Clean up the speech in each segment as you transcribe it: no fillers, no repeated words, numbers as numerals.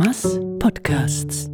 Thomas Podcasts.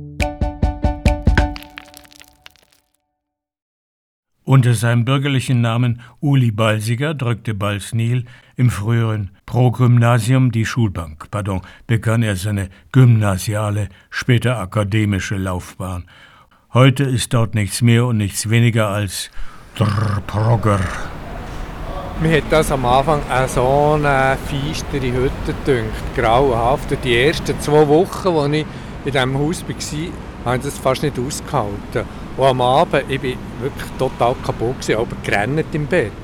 Unter seinem bürgerlichen Namen Uli Balsiger drückte Balsnil im früheren Progymnasium die Schulbank. Begann er seine gymnasiale, später akademische Laufbahn. Heute ist dort nichts mehr und nichts weniger als Progger. Mir hat das am Anfang auch so eine feistere Hütte gedünkt, grauenhaft. Die ersten 2 Wochen, als ich in diesem Haus war, habe ich das fast nicht ausgehalten. Und am Abend, ich war wirklich total kaputt, aber gerannt im Bett.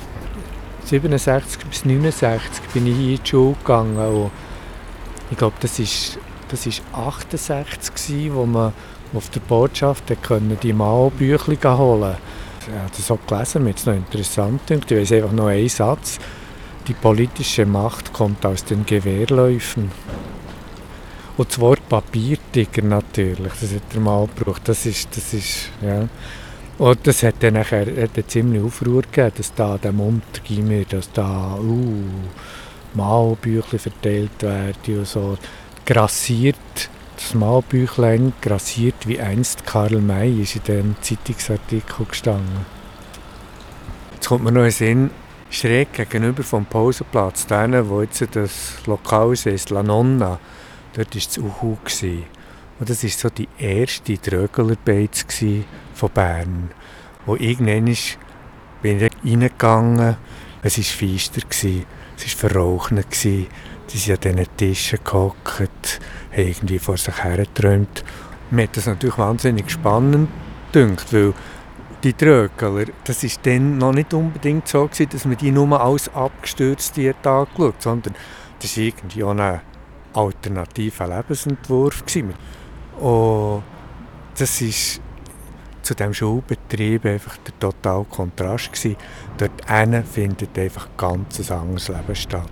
67 bis 69 bin ich hier in die Schule gegangen. Und ich glaube, das war 68, wo man auf der Botschaft die Mao-Bücher holen konnte. Ich habe das auch gelesen, mir ist noch interessant. Ich weiss einfach noch einen Satz. Die politische Macht kommt aus den Gewehrläufen. Und das Wort Papiertiger natürlich, das hat er mal gebraucht. Das ist, ja. Und das hat dann nachher ziemlich Aufruhr gegeben, dass da an dem Untergimmer, dass da Malbüchlein verteilt werden und so. Grassiert, das Malbüchlein grassiert wie einst Karl May, ist in diesem Zeitungsartikel gestanden. Jetzt kommt mir noch ein Sinn, schräg gegenüber vom Pausenplatz, denen, wo jetzt das Lokal ist, La Nonna, dort war das Uhu. Und das war so die erste Trögelarbeit von Bern. Wo irgendwann bin ich reingegangen, es war feister, es war verrauchend. Sie sind an diesen Tischen gehockt, haben irgendwie vor sich hergeträumt. Mir hat das natürlich wahnsinnig spannend gedacht, weil die Trögler, das war dann noch nicht unbedingt so, dass man die nur als Abgestürzte angeschaut hat, sondern das war irgendwie auch ein alternativer Lebensentwurf. Und das war zu diesem Schulbetrieb einfach der totale Kontrast. Dort findet einfach ein ganz anderes Leben statt.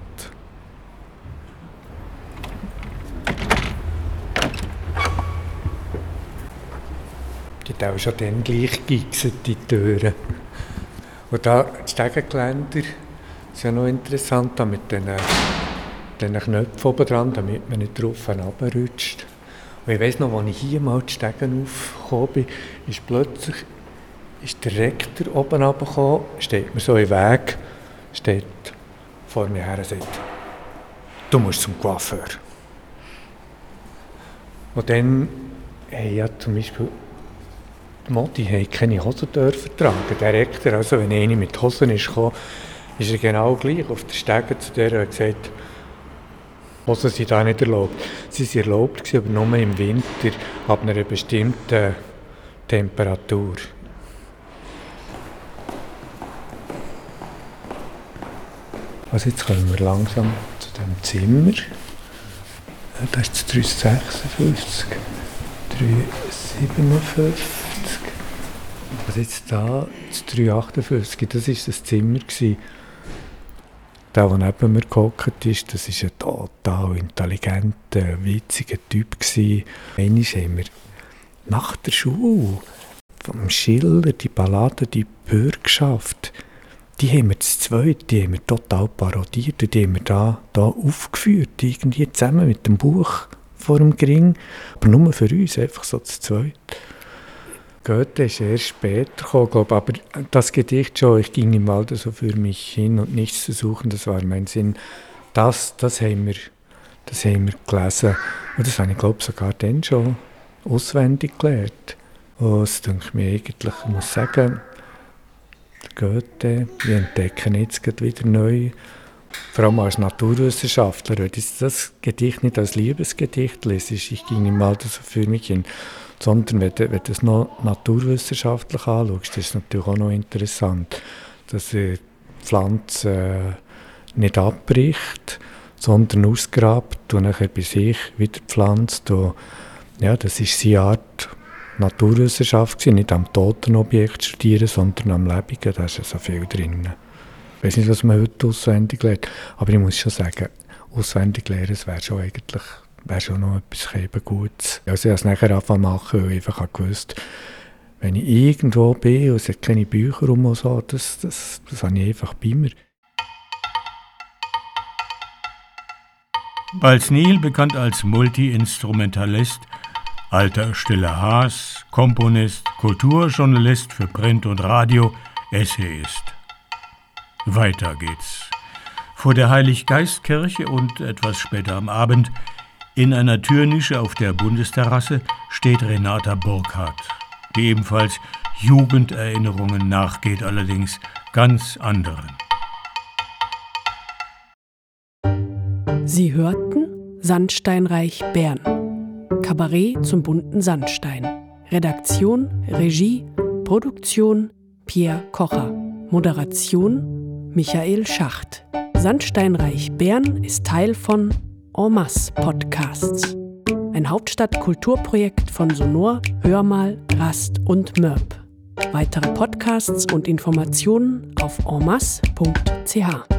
Die haben auch schon dann gleich geigset, die Türen. Und da die Stegengeländer ist ja noch interessant, da mit diesen Knöpfen oben dran, damit man nicht drauf runterrutscht. Und ich weiss noch, als ich hier mal die Stegen aufgekommen bin, ist der Rektor oben runtergekommen, steht mir so im Weg, steht vor mir her und sagt, du musst zum Coiffeur. Und dann haben ja zum Beispiel die Modi keine Hosen dürfen tragen. Der Rektor, also wenn einer mit Hosen ist gekommen, ist er genau gleich auf der Stege zu der und gesagt, Hosen sind da nicht erlaubt. Sie waren erlaubt, aber nur im Winter ab einer bestimmten Temperatur. Also jetzt kommen wir langsam zu diesem Zimmer. Das ist das 356, 357. Also jetzt da, das 358, das war das Zimmer. Der neben mir gehockt ist, das war ein total intelligenter, witziger Typ. Einmal haben wir nach der Schule vom Schiller, die Ballade «Die Bürgschaft», die haben wir zu zweit, die haben wir total parodiert und die haben wir da aufgeführt, irgendwie zusammen mit dem Buch vor dem Gring, aber nur für uns, einfach so zu zweit. Goethe ist erst später gekommen, glaube, aber das Gedicht schon, ich ging im Walde so für mich hin und nichts zu suchen, das war mein Sinn. Das haben wir gelesen und das habe ich, glaube sogar dann schon auswendig gelernt. Und es denke mir eigentlich, ich muss sagen, Goethe, wir entdecken jetzt gerade wieder neu, vor allem als Naturwissenschaftler, wenn ich das Gedicht nicht als Liebesgedicht lese, ich ging im Walde so für mich hin, sondern wenn du es noch naturwissenschaftlich anschaust, ist es natürlich auch noch interessant, dass die Pflanze nicht abbricht, sondern ausgrabt und nachher bei sich wieder pflanzt. Und ja, das ist seine Art Naturwissenschaft, nicht am toten Objekt zu studieren, sondern am Lebenden. Da ist ja so viel drin. Ich weiß nicht, was man heute auswendig lernt, aber ich muss schon sagen, auswendig lernen, es wäre schon noch etwas Gutes. Also ich habe es nachher angefangen zu machen, weil ich einfach gewusst, wenn ich irgendwo bin und es hat keine Bücher rum und so, das habe ich einfach bei mir. Balsnil, bekannt als Multi-Instrumentalist, alter stiller Haas, Komponist, Kulturjournalist für Print und Radio, Essayist. Weiter geht's. Vor der Heiliggeistkirche und etwas später am Abend in einer Türnische auf der Bundesterrasse steht Renata Burkhardt, die ebenfalls Jugenderinnerungen nachgeht, allerdings ganz anderen. Sie hörten Sandsteinreich Bern. Kabarett zum bunten Sandstein. Redaktion, Regie, Produktion Pierre Kocher. Moderation Michael Schacht. Sandsteinreich Bern ist Teil von En masse Podcasts. Ein Hauptstadt-Kulturprojekt von Sonor, Hörmal, Rast und Mörb. Weitere Podcasts und Informationen auf enmasse.ch.